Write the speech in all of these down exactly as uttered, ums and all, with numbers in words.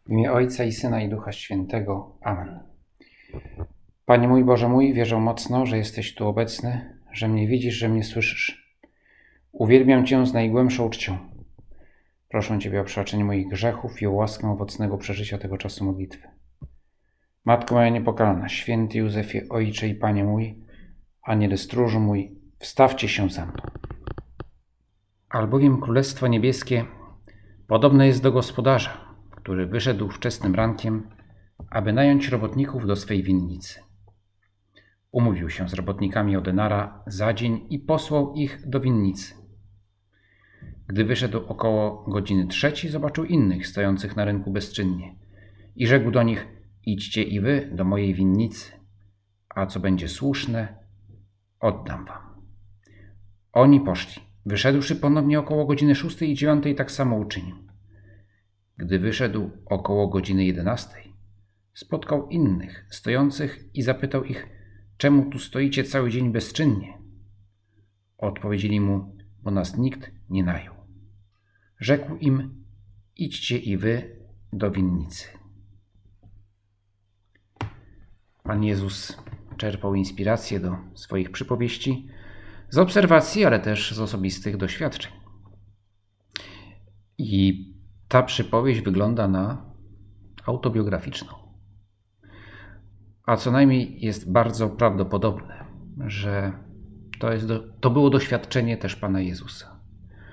W imię Ojca i Syna i Ducha Świętego. Amen. Panie mój, Boże mój, wierzę mocno, że jesteś tu obecny, że mnie widzisz, że mnie słyszysz. Uwielbiam Cię z najgłębszą czcią. Proszę Ciebie o przebaczenie moich grzechów i o łaskę owocnego przeżycia tego czasu modlitwy. Matko moja niepokalana, święty Józefie, Ojcze i Panie mój, Aniele stróżu mój, wstawcie się za mną. Albowiem Królestwo Niebieskie podobne jest do gospodarza, który wyszedł wczesnym rankiem, aby nająć robotników do swej winnicy. Umówił się z robotnikami o denara za dzień i posłał ich do winnicy. Gdy wyszedł około godziny trzeciej, zobaczył innych stojących na rynku bezczynnie i rzekł do nich: idźcie i wy do mojej winnicy, a co będzie słuszne, oddam wam. Oni poszli. Wyszedłszy ponownie około godziny szóstej i dziewiątej, tak samo uczynił. Gdy wyszedł około godziny jedenastej, spotkał innych stojących i zapytał ich: czemu tu stoicie cały dzień bezczynnie? Odpowiedzieli mu: bo nas nikt nie najął. Rzekł im: idźcie i wy do winnicy. Pan Jezus czerpał inspirację do swoich przypowieści z obserwacji, ale też z osobistych doświadczeń. I ta przypowieść wygląda na autobiograficzną. A co najmniej jest bardzo prawdopodobne, że to, jest do, to było doświadczenie też Pana Jezusa.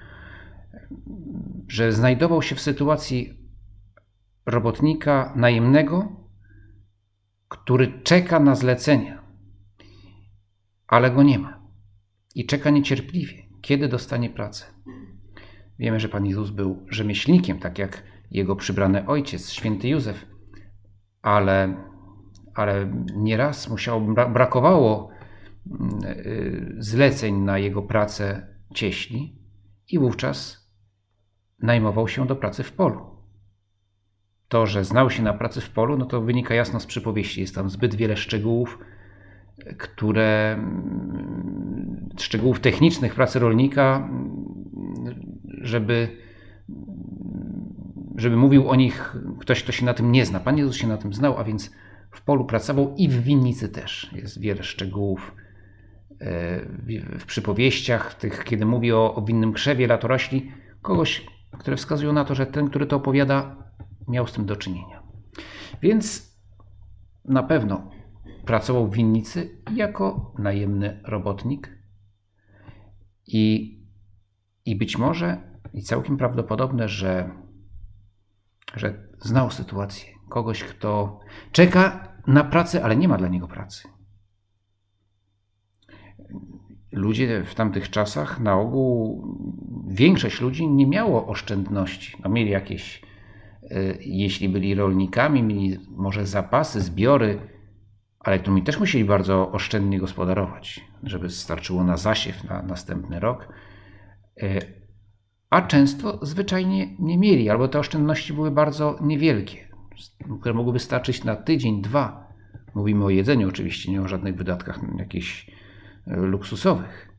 Że znajdował się w sytuacji robotnika najemnego, który czeka na zlecenia, ale go nie ma i czeka niecierpliwie, kiedy dostanie pracę. Wiemy, że Pan Jezus był rzemieślnikiem, tak jak jego przybrany ojciec, święty Józef, ale, ale nieraz musiało, brakowało zleceń na jego pracę cieśli i wówczas najmował się do pracy w polu. To, że znał się na pracy w polu, no to wynika jasno z przypowieści. Jest tam zbyt wiele szczegółów, które, szczegółów technicznych pracy rolnika, żeby, żeby mówił o nich ktoś, kto się na tym nie zna. Pan Jezus się na tym znał, a więc w polu pracował i w winnicy też. Jest wiele szczegółów w przypowieściach, tych, kiedy mówi o, o winnym krzewie, latorośli, kogoś, które wskazują na to, że ten, który to opowiada, miał z tym do czynienia. Więc na pewno pracował w winnicy jako najemny robotnik i, i być może, i całkiem prawdopodobne, że, że znał sytuację kogoś, kto czeka na pracę, ale nie ma dla niego pracy. Ludzie w tamtych czasach, na ogół większość ludzi nie miało oszczędności. No, mieli jakieś, jeśli byli rolnikami, mieli może zapasy, zbiory, ale to mi też musieli bardzo oszczędnie gospodarować, żeby starczyło na zasiew na następny rok. A często zwyczajnie nie mieli, albo te oszczędności były bardzo niewielkie, które mogły wystarczyć na tydzień, dwa. Mówimy o jedzeniu oczywiście, nie o żadnych wydatkach jakichś luksusowych.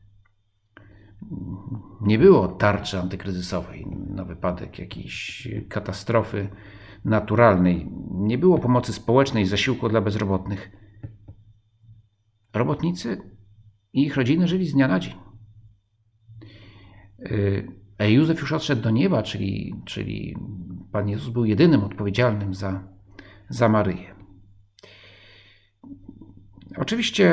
Nie było tarczy antykryzysowej na wypadek jakiejś katastrofy naturalnej. Nie było pomocy społecznej, zasiłku dla bezrobotnych. Robotnicy i ich rodziny żyli z dnia na dzień. A Józef już odszedł do nieba, czyli, czyli Pan Jezus był jedynym odpowiedzialnym za, za Maryję. Oczywiście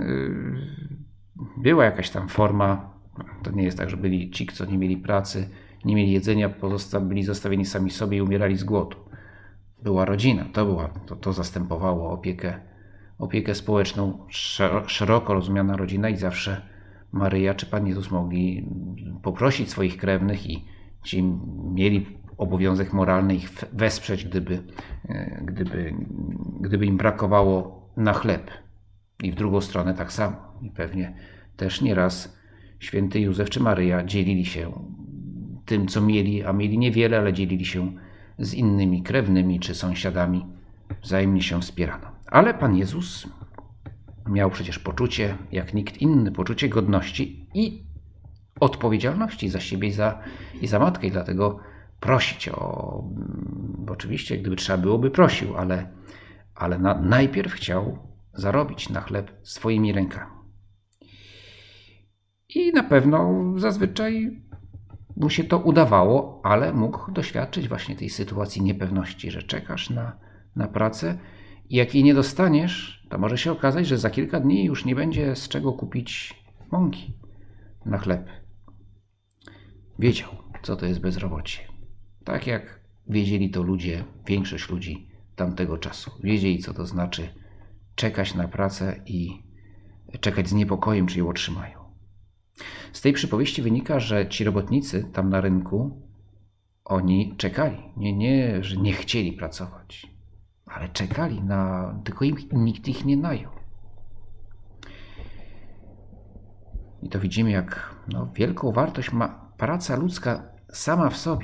była jakaś tam forma, to nie jest tak, że byli ci, co nie mieli pracy, nie mieli jedzenia, pozosta- byli zostawieni sami sobie i umierali z głodu. Była rodzina, to, była, to, to zastępowało opiekę, opiekę społeczną, szeroko rozumiana rodzina i zawsze Maryja czy Pan Jezus mogli poprosić swoich krewnych i ci mieli obowiązek moralny ich wesprzeć, gdyby, gdyby, gdyby im brakowało na chleb. I w drugą stronę tak samo. I pewnie też nieraz święty Józef czy Maryja dzielili się tym, co mieli, a mieli niewiele, ale dzielili się z innymi krewnymi czy sąsiadami. Wzajemnie się wspierano. Ale Pan Jezus miał przecież poczucie, jak nikt inny, poczucie godności i odpowiedzialności za siebie i za, i za matkę. I dlatego prosić o, oczywiście, gdyby trzeba byłoby, prosił, ale, ale na, najpierw chciał zarobić na chleb swoimi rękami. I na pewno zazwyczaj mu się to udawało, ale mógł doświadczyć właśnie tej sytuacji niepewności, że czekasz na, na pracę i jak jej nie dostaniesz, to może się okazać, że za kilka dni już nie będzie z czego kupić mąki na chleb. Wiedział, co to jest bezrobocie. Tak jak wiedzieli to ludzie, większość ludzi tamtego czasu. Wiedzieli, co to znaczy czekać na pracę i czekać z niepokojem, czy ją otrzymają. Z tej przypowieści wynika, że ci robotnicy tam na rynku, oni czekali. Nie, nie, że nie chcieli pracować, ale czekali na, tylko im, nikt ich nie najął. I to widzimy, jak no, wielką wartość ma praca ludzka sama w sobie.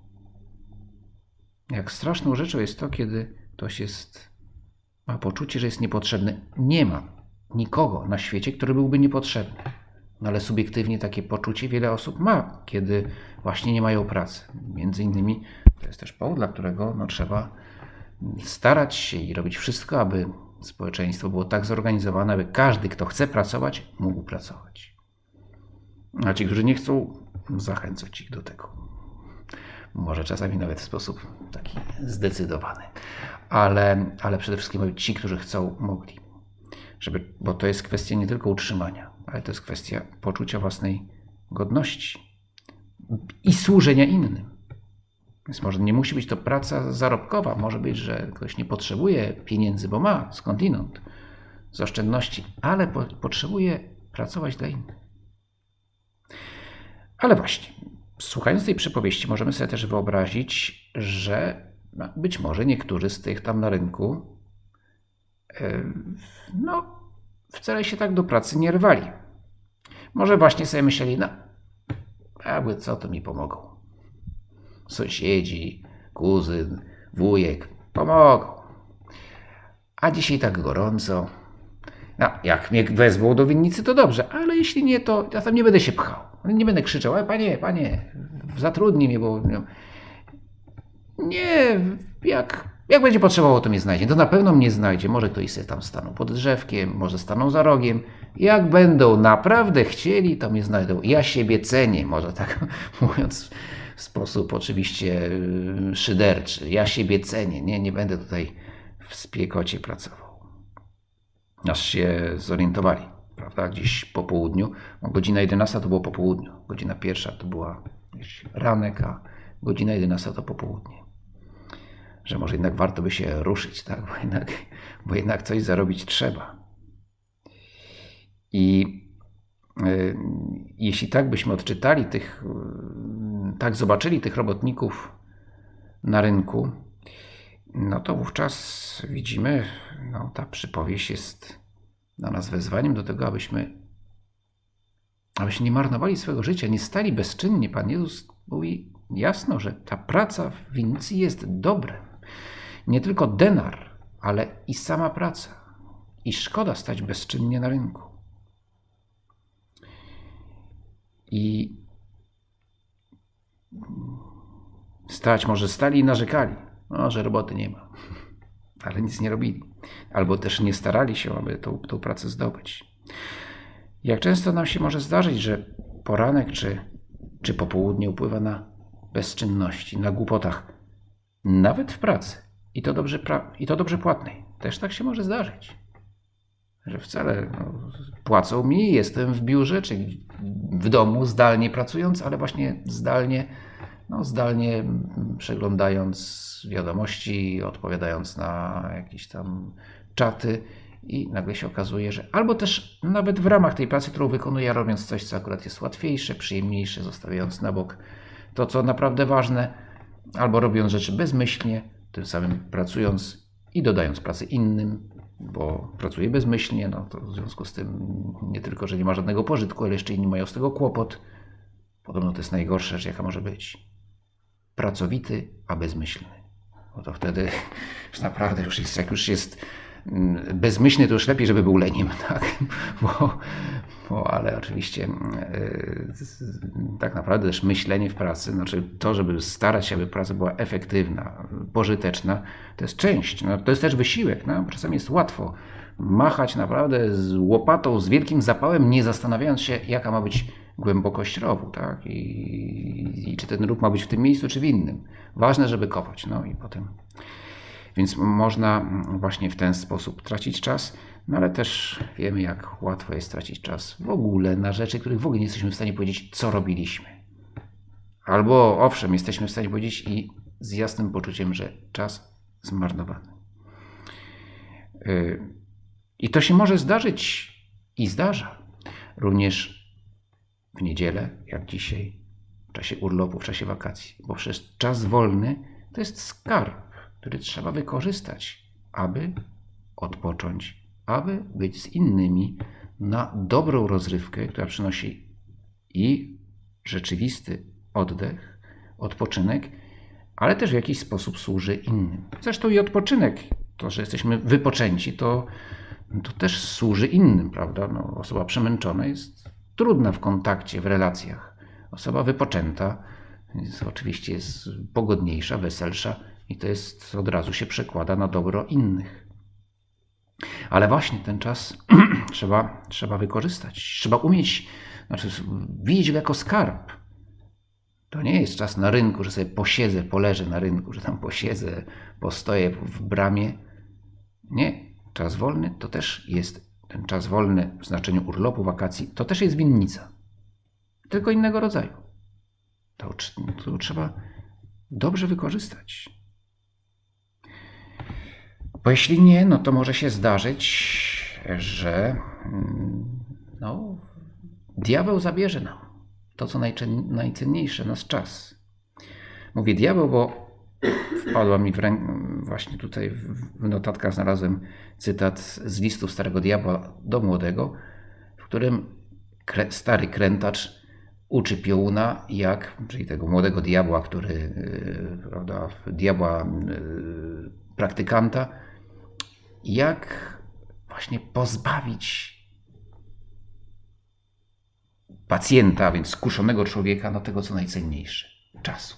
Jak straszną rzeczą jest to, kiedy ktoś jest, ma poczucie, że jest niepotrzebny. Nie ma nikogo na świecie, który byłby niepotrzebny. No ale subiektywnie takie poczucie wiele osób ma, kiedy właśnie nie mają pracy. Między innymi to jest też powód, dla którego no, trzeba starać się i robić wszystko, aby społeczeństwo było tak zorganizowane, aby każdy, kto chce pracować, mógł pracować. A ci, którzy nie chcą, zachęcać ich do tego. Może czasami nawet w sposób taki zdecydowany. Ale, ale przede wszystkim aby ci, którzy chcą, mogli. Żeby, bo to jest kwestia nie tylko utrzymania, ale to jest kwestia poczucia własnej godności i służenia innym. Więc może nie musi być to praca zarobkowa. Może być, że ktoś nie potrzebuje pieniędzy, bo ma skądinąd, z oszczędności, ale po, potrzebuje pracować dla innych. Ale właśnie, słuchając tej przypowieści, możemy sobie też wyobrazić, że być może niektórzy z tych tam na rynku no, wcale się tak do pracy nie rwali. Może właśnie sobie myśleli, no, jakby co to mi pomogą. Sąsiedzi, kuzyn, wujek pomogą. A dzisiaj tak gorąco. No, jak mnie wezmą do winnicy, to dobrze, ale jeśli nie, to ja tam nie będę się pchał. Nie będę krzyczał, ale panie, panie, zatrudnij mnie, bo no, nie, jak, jak będzie potrzebowało, to mnie znajdzie. To na pewno mnie znajdzie. Może ktoś sobie tam staną pod drzewkiem, może staną za rogiem. Jak będą naprawdę chcieli, to mnie znajdą. Ja siebie cenię, może tak mówiąc w sposób oczywiście szyderczy. Ja siebie cenię, nie, nie będę tutaj w spiekocie pracował. Aż się zorientowali, prawda? Gdzieś po południu. Godzina jedenasta to było po południu. Godzina pierwsza to była gdzieś ranek, a godzina jedenasta to popołudnie. Że może jednak warto by się ruszyć, tak? Bo jednak, bo jednak coś zarobić trzeba. I y, jeśli tak byśmy odczytali tych, y, tak zobaczyli tych robotników na rynku, no to wówczas widzimy, no ta przypowieść jest dla nas wezwaniem do tego, abyśmy, abyśmy nie marnowali swojego życia, nie stali bezczynnie. Pan Jezus mówi jasno, że ta praca w winnicy jest dobrem. Nie tylko denar, ale i sama praca. I szkoda stać bezczynnie na rynku. I stać, może stali i narzekali, no, że roboty nie ma, ale nic nie robili. Albo też nie starali się, aby tą, tą pracę zdobyć. Jak często nam się może zdarzyć, że poranek czy, czy popołudnie upływa na bezczynności, na głupotach, nawet w pracy. I to dobrze, pra- i to dobrze płatnej. Też tak się może zdarzyć. Że wcale no, płacą mi, jestem w biurze czy w domu zdalnie pracując, ale właśnie zdalnie, no, zdalnie przeglądając wiadomości, odpowiadając na jakieś tam czaty i nagle się okazuje, że albo też nawet w ramach tej pracy, którą wykonuję, robiąc coś, co akurat jest łatwiejsze, przyjemniejsze, zostawiając na bok to, co naprawdę ważne, albo robiąc rzeczy bezmyślnie, tym samym pracując i dodając pracy innym, bo pracuję bezmyślnie, no to w związku z tym nie tylko, że nie ma żadnego pożytku, ale jeszcze inni mają z tego kłopot. Podobno to jest najgorsza rzecz, jaka może być. Pracowity, a bezmyślny. No to wtedy już naprawdę już jest, jak już jest bezmyślny to już lepiej, żeby był leniem, tak? Bo, bo, ale oczywiście tak naprawdę też myślenie w pracy, znaczy to, żeby starać się, aby praca była efektywna, pożyteczna, to jest część, no, to jest też wysiłek. No? Czasami jest łatwo machać naprawdę z łopatą, z wielkim zapałem, nie zastanawiając się, jaka ma być głębokość rowu, tak? I, i czy ten rów ma być w tym miejscu, czy w innym. Ważne, żeby kopać. No i potem. Więc można właśnie w ten sposób tracić czas, no ale też wiemy, jak łatwo jest tracić czas w ogóle na rzeczy, których w ogóle nie jesteśmy w stanie powiedzieć, co robiliśmy. Albo owszem, jesteśmy w stanie powiedzieć i z jasnym poczuciem, że czas zmarnowany. I to się może zdarzyć i zdarza również w niedzielę, jak dzisiaj, w czasie urlopu, w czasie wakacji, bo przecież czas wolny to jest skarb, który trzeba wykorzystać, aby odpocząć, aby być z innymi na dobrą rozrywkę, która przynosi i rzeczywisty oddech, odpoczynek, ale też w jakiś sposób służy innym. Zresztą i odpoczynek, to, że jesteśmy wypoczęci, to, to też służy innym, prawda? No, osoba przemęczona jest trudna w kontakcie, w relacjach. Osoba wypoczęta jest, oczywiście jest pogodniejsza, weselsza i to jest, od razu się przekłada na dobro innych. Ale właśnie ten czas trzeba, trzeba wykorzystać. Trzeba umieć, znaczy widzieć go jako skarb. To nie jest czas na rynku, że sobie posiedzę, poleżę na rynku, że tam posiedzę, postoję w bramie. Nie. Czas wolny to też jest, ten czas wolny w znaczeniu urlopu, wakacji, to też jest winnica. Tylko innego rodzaju. To, to trzeba dobrze wykorzystać. Bo jeśli nie, no to może się zdarzyć, że no, diabeł zabierze nam to, co najcenniejsze, nasz czas. Mówię diabeł, bo wpadła mi w rękę, właśnie tutaj w notatkach znalazłem cytat z listów starego diabła do młodego, w którym stary krętacz uczy piołuna, jak, czyli tego młodego diabła, który, prawda, diabła praktykanta, jak właśnie pozbawić pacjenta, a więc skuszonego człowieka, no tego, co najcenniejsze, czasu.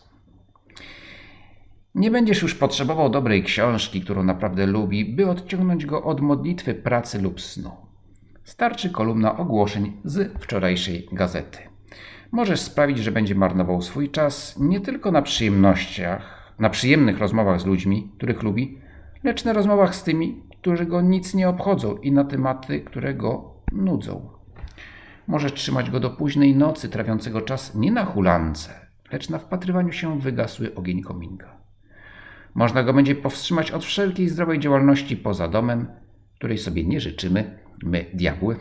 Nie będziesz już potrzebował dobrej książki, którą naprawdę lubi, by odciągnąć go od modlitwy, pracy lub snu. Starczy kolumna ogłoszeń z wczorajszej gazety. Możesz sprawić, że będzie marnował swój czas nie tylko na przyjemnościach, na przyjemnych rozmowach z ludźmi, których lubi, lecz na rozmowach z tymi, którzy go nic nie obchodzą i na tematy, które go nudzą. Możesz trzymać go do późnej nocy, trawiącego czas nie na hulance, lecz na wpatrywaniu się w wygasły ogień kominka. Można go będzie powstrzymać od wszelkiej zdrowej działalności poza domem, której sobie nie życzymy, my, diabły,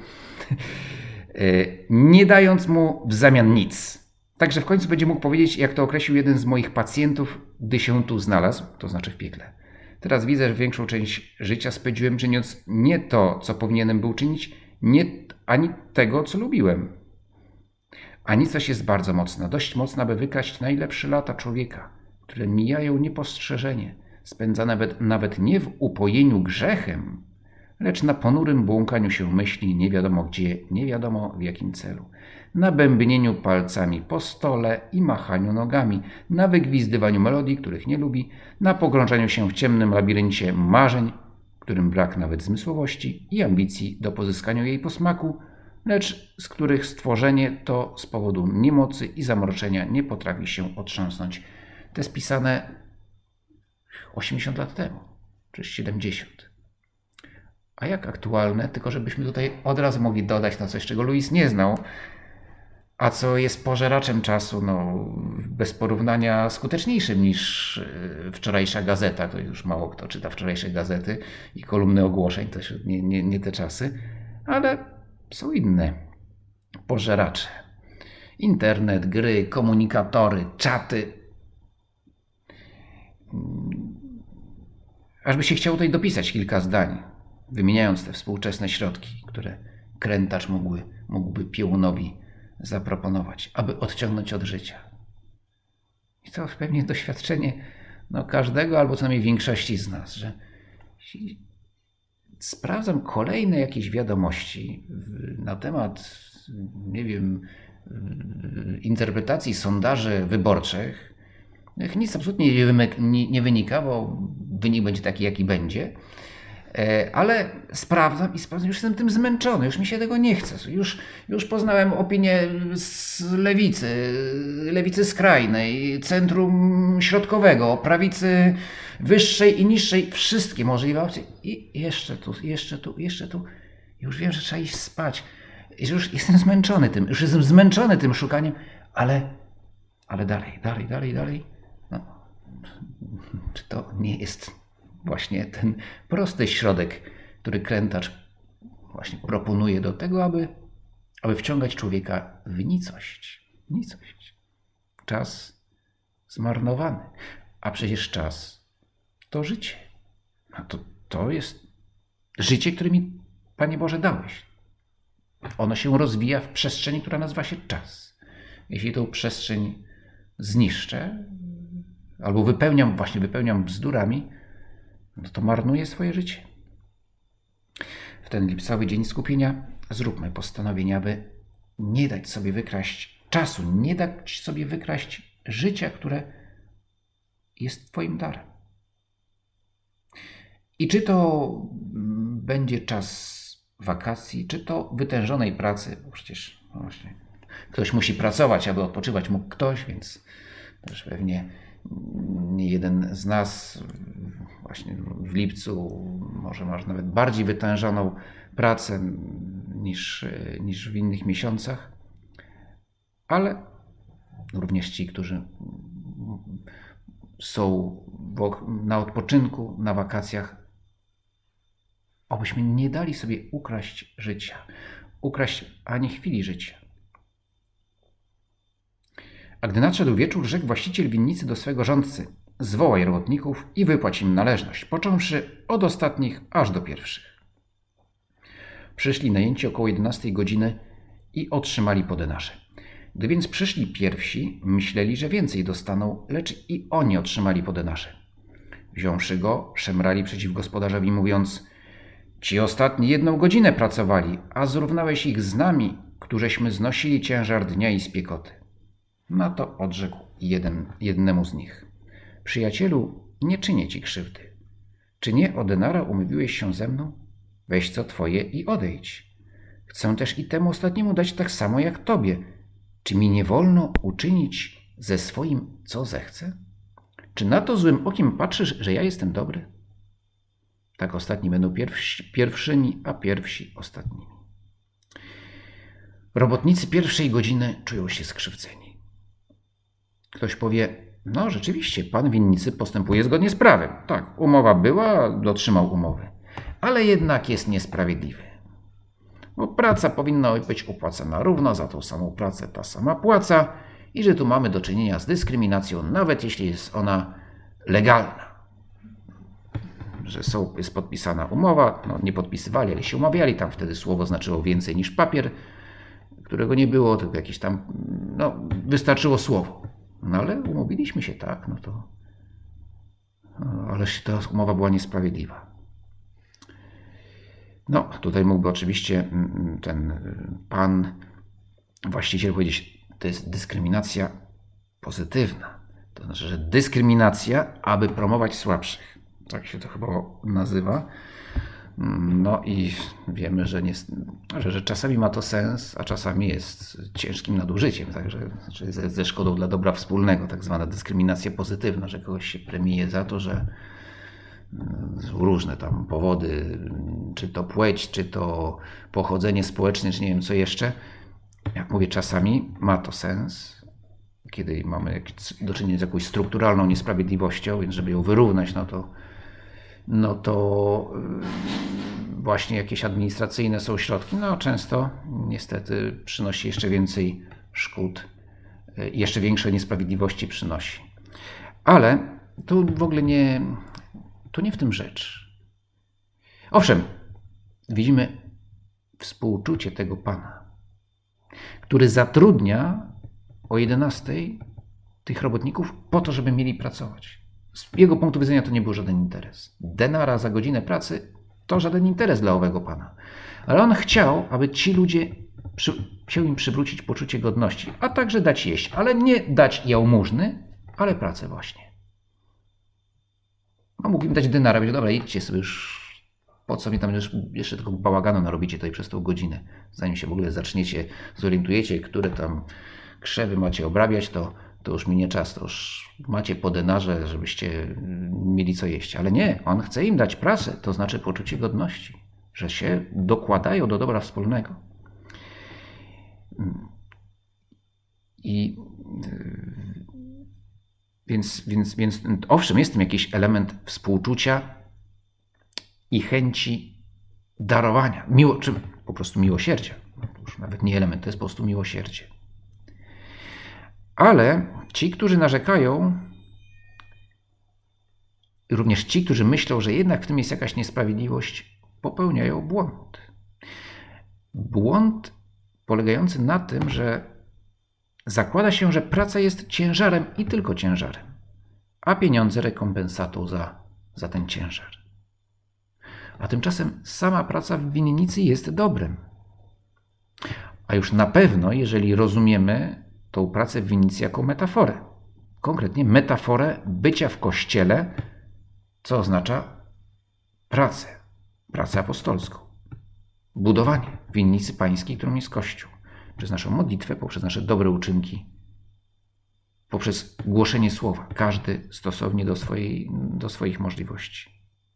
nie dając mu w zamian nic. Także w końcu będzie mógł powiedzieć, jak to określił jeden z moich pacjentów, gdy się tu znalazł, to znaczy w piekle. Teraz widzę, że większą część życia spędziłem czyniąc nie to, co powinienem był czynić, nie, ani tego, co lubiłem. A nicość jest bardzo mocna, dość mocna, by wykraść najlepsze lata człowieka, które mijają niepostrzeżenie, spędzane nawet, nawet nie w upojeniu grzechem, lecz na ponurym błąkaniu się myśli nie wiadomo gdzie, nie wiadomo w jakim celu, na bębnieniu palcami po stole i machaniu nogami, na wygwizdywaniu melodii, których nie lubi, na pogrążaniu się w ciemnym labiryncie marzeń, którym brak nawet zmysłowości i ambicji do pozyskania jej posmaku, lecz z których stworzenie to z powodu niemocy i zamroczenia nie potrafi się otrząsnąć. To jest pisane osiemdziesiąt lat temu, czy siedemdziesiąt. A jak aktualne, tylko żebyśmy tutaj od razu mogli dodać na coś, czego Louis nie znał, a co jest pożeraczem czasu, no, bez porównania skuteczniejszym niż wczorajsza gazeta. To już mało kto czyta wczorajsze gazety i kolumny ogłoszeń, to już nie, nie, nie te czasy, ale są inne pożeracze. Internet, gry, komunikatory, czaty. Ażby się chciało tutaj dopisać kilka zdań, wymieniając te współczesne środki, które krętacz mógłby, mógłby piołunowi zaproponować, aby odciągnąć od życia. I to pewnie doświadczenie no, każdego, albo co najmniej większości z nas, że sprawdzam kolejne jakieś wiadomości na temat, nie wiem, interpretacji sondaży wyborczych. Nic absolutnie nie wynika, bo wynik będzie taki, jaki będzie. Ale sprawdzam i sprawdzam, już jestem tym zmęczony, już mi się tego nie chce. Już, już poznałem opinię z lewicy, lewicy skrajnej, centrum środkowego, prawicy wyższej i niższej, wszystkie możliwe opcje. I jeszcze tu, jeszcze tu, jeszcze tu. Już wiem, że trzeba iść spać. Już jestem zmęczony tym, już jestem zmęczony tym szukaniem, ale, ale dalej, dalej, dalej, dalej. No, czy to nie jest właśnie ten prosty środek, który krętacz właśnie proponuje do tego, aby, aby wciągać człowieka w nicość. Nicość. Czas zmarnowany. A przecież czas to życie. A to, to jest życie, które mi, Panie Boże, dałeś. Ono się rozwija w przestrzeni, która nazywa się czas. Jeśli tą przestrzeń zniszczę, albo wypełniam, właśnie wypełniam bzdurami, no to marnuję swoje życie. W ten lipcowy dzień skupienia zróbmy postanowienie, aby nie dać sobie wykraść czasu, nie dać sobie wykraść życia, które jest Twoim darem. I czy to będzie czas wakacji, czy to wytężonej pracy, bo przecież no właśnie, ktoś musi pracować, aby odpoczywać mógł ktoś, więc też pewnie nie jeden z nas właśnie w lipcu może masz nawet bardziej wytężoną pracę niż, niż w innych miesiącach, ale również ci, którzy są na odpoczynku, na wakacjach, abyśmy nie dali sobie ukraść życia, ukraść ani chwili życia. A gdy nadszedł wieczór, rzekł właściciel winnicy do swego rządcy: zwołaj robotników i wypłać im należność, począwszy od ostatnich aż do pierwszych. Przyszli najęci około jedenastej godziny i otrzymali po denarze. Gdy więc przyszli pierwsi, myśleli, że więcej dostaną, lecz i oni otrzymali po denarze. Wziąwszy go, szemrali przeciw gospodarzowi, mówiąc: ci ostatni jedną godzinę pracowali, a zrównałeś ich z nami, któreśmy znosili ciężar dnia i spiekoty. Na to odrzekł jeden, jednemu z nich: przyjacielu, nie czynię ci krzywdy. Czy nie o denara umówiłeś się ze mną? Weź co twoje i odejdź. Chcę też i temu ostatniemu dać tak samo jak tobie. Czy mi nie wolno uczynić ze swoim, co zechcę? Czy na to złym okiem patrzysz, że ja jestem dobry? Tak ostatni będą pierwsi, pierwszymi, a pierwsi ostatnimi. Robotnicy pierwszej godziny czują się skrzywdzeni. Ktoś powie: no rzeczywiście, pan winnicy postępuje zgodnie z prawem. Tak, umowa była, dotrzymał umowy. Ale jednak jest niesprawiedliwy. Bo praca powinna być opłacana równo, za tą samą pracę ta sama płaca i że tu mamy do czynienia z dyskryminacją, nawet jeśli jest ona legalna. Że są, jest podpisana umowa, no nie podpisywali, ale się umawiali, tam wtedy słowo znaczyło więcej niż papier, którego nie było, tylko jakieś tam, no wystarczyło słowo. No ale umówiliśmy się, tak, no to, no, ależ ta umowa była niesprawiedliwa. No, tutaj mógłby oczywiście ten pan właściciel powiedzieć: to jest dyskryminacja pozytywna. To znaczy, że dyskryminacja, aby promować słabszych. Tak się to chyba nazywa. No i wiemy, że, nie, że, że czasami ma to sens, a czasami jest ciężkim nadużyciem, także znaczy ze, ze szkodą dla dobra wspólnego, tak zwana dyskryminacja pozytywna, że kogoś się premiuje za to, że są różne tam powody, czy to płeć, czy to pochodzenie społeczne, czy nie wiem co jeszcze. Jak mówię, czasami ma to sens, kiedy mamy do czynienia z jakąś strukturalną niesprawiedliwością, więc żeby ją wyrównać, no to no to właśnie jakieś administracyjne są środki, no często niestety przynosi jeszcze więcej szkód, jeszcze większe niesprawiedliwości przynosi. Ale tu w ogóle nie, tu nie w tym rzecz. Owszem, widzimy współczucie tego pana, który zatrudnia o jedenastej tych robotników po to, żeby mieli pracować. Z jego punktu widzenia to nie był żaden interes. Denara za godzinę pracy to żaden interes dla owego pana. Ale on chciał, aby ci ludzie, przy, chciał im przywrócić poczucie godności, a także dać jeść, ale nie dać jałmużny, ale pracę właśnie. A mógł im dać denara, będzie dobra, idźcie sobie już, po co mi tam jeszcze tylko bałaganu narobicie tutaj przez tą godzinę, zanim się w ogóle zaczniecie, zorientujecie, które tam krzewy macie obrabiać, to, to już minie czas, to już macie po denarze, żebyście mieli co jeść. Ale nie, on chce im dać pracę, to znaczy poczucie godności, że się dokładają do dobra wspólnego. I więc, więc, więc owszem, jest w tym jakiś element współczucia i chęci darowania, miło, czy po prostu miłosierdzia. To już nawet nie element, to jest po prostu miłosierdzie. Ale ci, którzy narzekają, również ci, którzy myślą, że jednak w tym jest jakaś niesprawiedliwość, popełniają błąd. Błąd polegający na tym, że zakłada się, że praca jest ciężarem i tylko ciężarem, a pieniądze rekompensatą za, za ten ciężar. A tymczasem sama praca w winnicy jest dobrem. A już na pewno, jeżeli rozumiemy tą pracę w winnicy jako metaforę, konkretnie metaforę bycia w kościele, co oznacza pracę, pracę apostolską, budowanie winnicy pańskiej, którą jest Kościół, przez naszą modlitwę, poprzez nasze dobre uczynki, poprzez głoszenie słowa, każdy stosownie do, swojej, do swoich możliwości.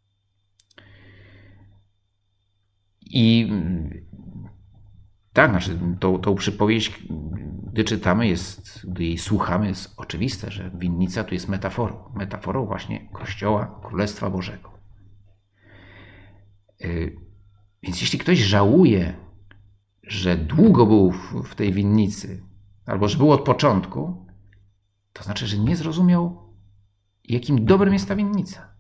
I tak, znaczy tą, tą przypowieść, gdy czytamy, jest, gdy jej słuchamy, jest oczywiste, że winnica tu jest metaforą. Metaforą właśnie Kościoła, Królestwa Bożego. Więc jeśli ktoś żałuje, że długo był w tej winnicy, albo że był od początku, to znaczy, że nie zrozumiał, jakim dobrem jest ta winnica.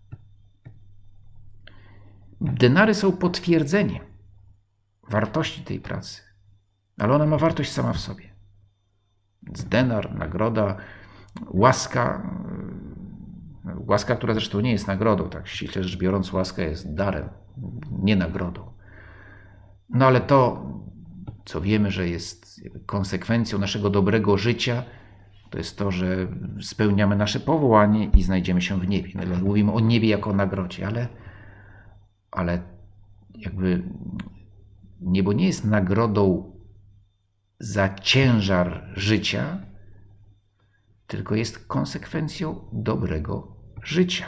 Denary są potwierdzeniem wartości tej pracy, ale ona ma wartość sama w sobie. Więc denar, nagroda, łaska, łaska, która zresztą nie jest nagrodą, tak ściśle rzecz biorąc, łaska jest darem, nie nagrodą. No ale to, co wiemy, że jest konsekwencją naszego dobrego życia, to jest to, że spełniamy nasze powołanie i znajdziemy się w niebie. No, mówimy o niebie jako o nagrodzie, ale, ale jakby niebo nie jest nagrodą za ciężar życia, tylko jest konsekwencją dobrego życia.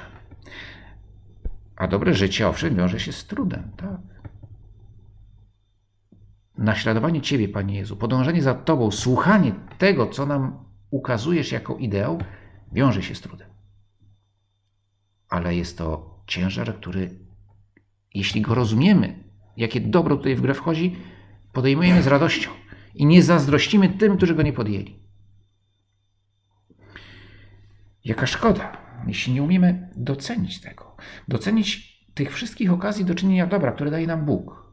A dobre życie, owszem, wiąże się z trudem, tak? Naśladowanie Ciebie, Panie Jezu, podążanie za Tobą, słuchanie tego, co nam ukazujesz jako ideał, wiąże się z trudem. Ale jest to ciężar, który, jeśli go rozumiemy, jakie dobro tutaj w grę wchodzi, podejmujemy z radością i nie zazdrościmy tym, którzy go nie podjęli. Jaka szkoda, jeśli nie umiemy docenić tego, docenić tych wszystkich okazji do czynienia dobra, które daje nam Bóg.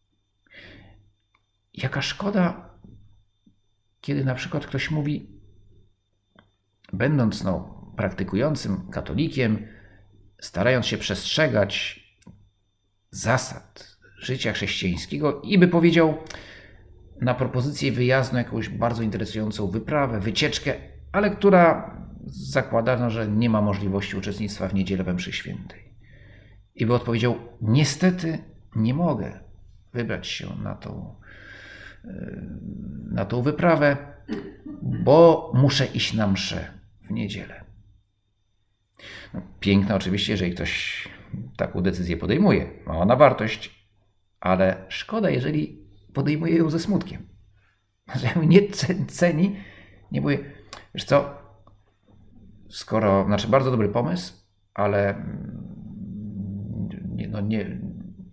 Jaka szkoda, kiedy na przykład ktoś mówi, będąc no, praktykującym katolikiem, starając się przestrzegać zasad życia chrześcijańskiego i by powiedział na propozycję wyjazdu jakąś bardzo interesującą wyprawę, wycieczkę, ale która zakłada, no, że nie ma możliwości uczestnictwa w niedzielę we mszy świętej. I by odpowiedział, niestety nie mogę wybrać się na tą, na tą wyprawę, bo muszę iść na mszę w niedzielę. No, piękne oczywiście, jeżeli ktoś taką decyzję podejmuje. Ma ona wartość, ale szkoda, jeżeli podejmuje ją ze smutkiem. Że ją nie ceni, nie mówi, wiesz co, skoro, znaczy bardzo dobry pomysł, ale nie, no nie,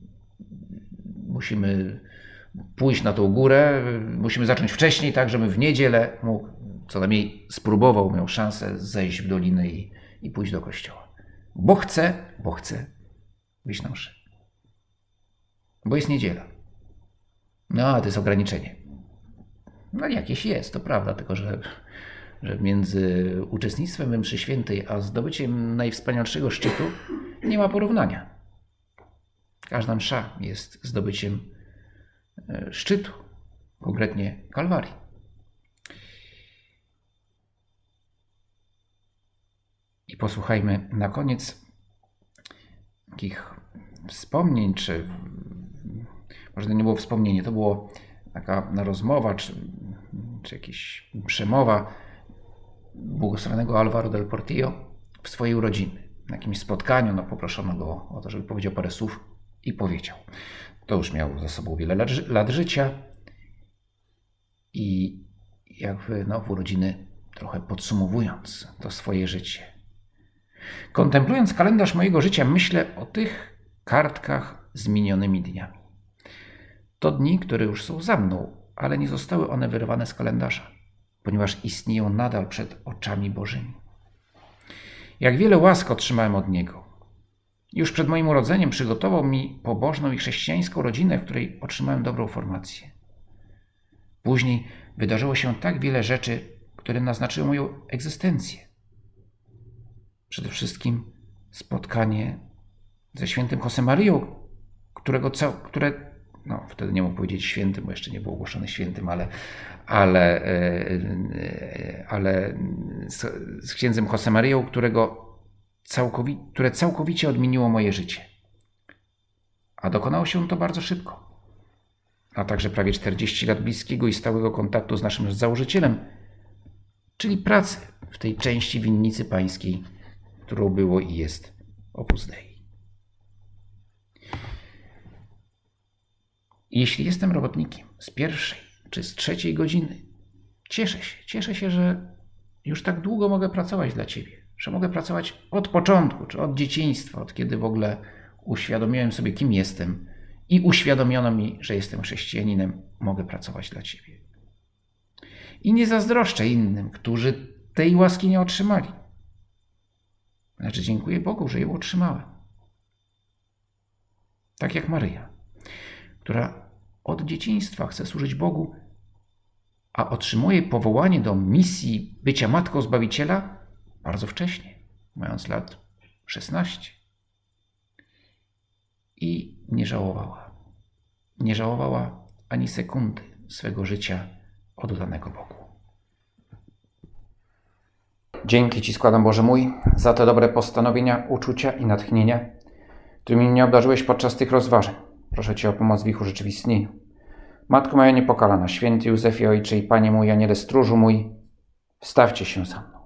musimy pójść na tą górę, musimy zacząć wcześniej, tak, żeby w niedzielę mógł, co najmniej spróbował, miał szansę zejść w dolinę i, i pójść do kościoła. Bo chce, bo chce wyjść na mszę. Bo jest niedziela. No, a to jest ograniczenie. No jakieś jest, to prawda, tylko że, że między uczestnictwem we mszy świętej a zdobyciem najwspanialszego szczytu nie ma porównania. Każda msza jest zdobyciem szczytu, konkretnie Kalwarii. I posłuchajmy na koniec takich wspomnień, czy może to nie było wspomnienie, to było taka rozmowa, czy, czy jakaś przemowa błogosławionego Alvaro del Portillo w swojej urodziny. Na jakimś spotkaniu no, poproszono go o to, żeby powiedział parę słów i powiedział. To już miał za sobą wiele lat, lat życia i jakby no, w urodziny trochę podsumowując to swoje życie. Kontemplując kalendarz mojego życia, myślę o tych kartkach z minionymi dniami. To dni, które już są za mną, ale nie zostały one wyrwane z kalendarza, ponieważ istnieją nadal przed oczami Bożymi. Jak wiele łask otrzymałem od Niego. Już przed moim urodzeniem przygotował mi pobożną i chrześcijańską rodzinę, w której otrzymałem dobrą formację. Później wydarzyło się tak wiele rzeczy, które naznaczyły moją egzystencję. Przede wszystkim spotkanie ze świętym Josemarią, którego cał, które, no wtedy nie mógł powiedzieć świętym, bo jeszcze nie był ogłoszony świętym, ale, ale, ale z, z księdzem Josemarią, którego całkowicie, które całkowicie odmieniło moje życie. A dokonało się to bardzo szybko. A także prawie czterdzieści lat bliskiego i stałego kontaktu z naszym założycielem, czyli pracy w tej części winnicy pańskiej, którą było i jest Opus Dei. Jeśli jestem robotnikiem z pierwszej czy z trzeciej godziny, cieszę się, cieszę się, że już tak długo mogę pracować dla Ciebie, że mogę pracować od początku, czy od dzieciństwa, od kiedy w ogóle uświadomiłem sobie, kim jestem i uświadomiono mi, że jestem chrześcijaninem, mogę pracować dla Ciebie. I nie zazdroszczę innym, którzy tej łaski nie otrzymali. Znaczy dziękuję Bogu, że ją otrzymałem. Tak jak Maryja, która od dzieciństwa chce służyć Bogu, a otrzymuje powołanie do misji bycia Matką Zbawiciela bardzo wcześnie, mając lat szesnaście. I nie żałowała. Nie żałowała ani sekundy swego życia oddanego Bogu. Dzięki Ci składam, Boże mój, za te dobre postanowienia, uczucia i natchnienia, którymi mnie obdarzyłeś podczas tych rozważań. Proszę Cię o pomoc w ich urzeczywistnieniu. Matko moja niepokalana, święty Józefie Ojcze i Panie mój, Aniele stróżu mój, wstawcie się za mną.